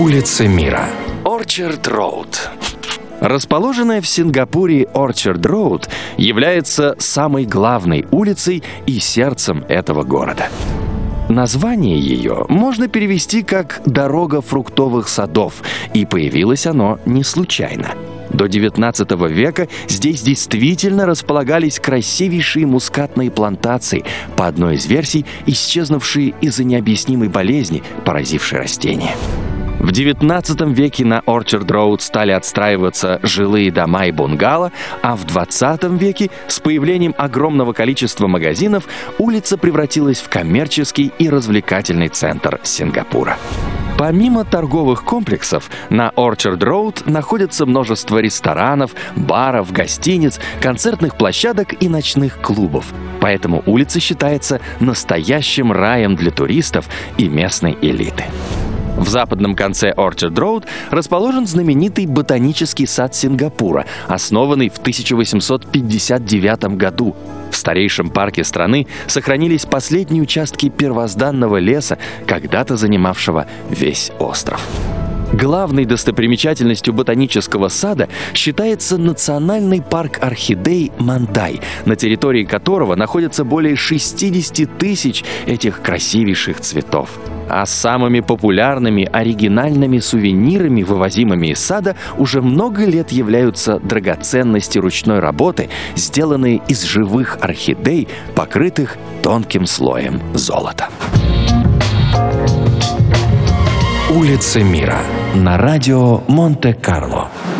Улица мира. Орчард Роуд. Расположенная в Сингапуре Орчард Роуд является самой главной улицей и сердцем этого города. Название ее можно перевести как «дорога фруктовых садов», и появилось оно не случайно. До XIX века здесь действительно располагались красивейшие мускатные плантации, по одной из версий исчезнувшие из-за необъяснимой болезни, поразившей растения. В XIX веке на Орчард-Роуд стали отстраиваться жилые дома и бунгало, а в XX веке с появлением огромного количества магазинов улица превратилась в коммерческий и развлекательный центр Сингапура. Помимо торговых комплексов, на Орчард-Роуд находится множество ресторанов, баров, гостиниц, концертных площадок и ночных клубов. Поэтому улица считается настоящим раем для туристов и местной элиты. В западном конце Орчард-Роуд расположен знаменитый ботанический сад Сингапура, основанный в 1859 году. В старейшем парке страны сохранились последние участки первозданного леса, когда-то занимавшего весь остров. Главной достопримечательностью ботанического сада считается национальный парк орхидей Мандай, на территории которого находится более 60 тысяч этих красивейших цветов. А самыми популярными оригинальными сувенирами, вывозимыми из сада, уже много лет являются драгоценности ручной работы, сделанные из живых орхидей, покрытых тонким слоем золота. Улица мира на радио Монте-Карло.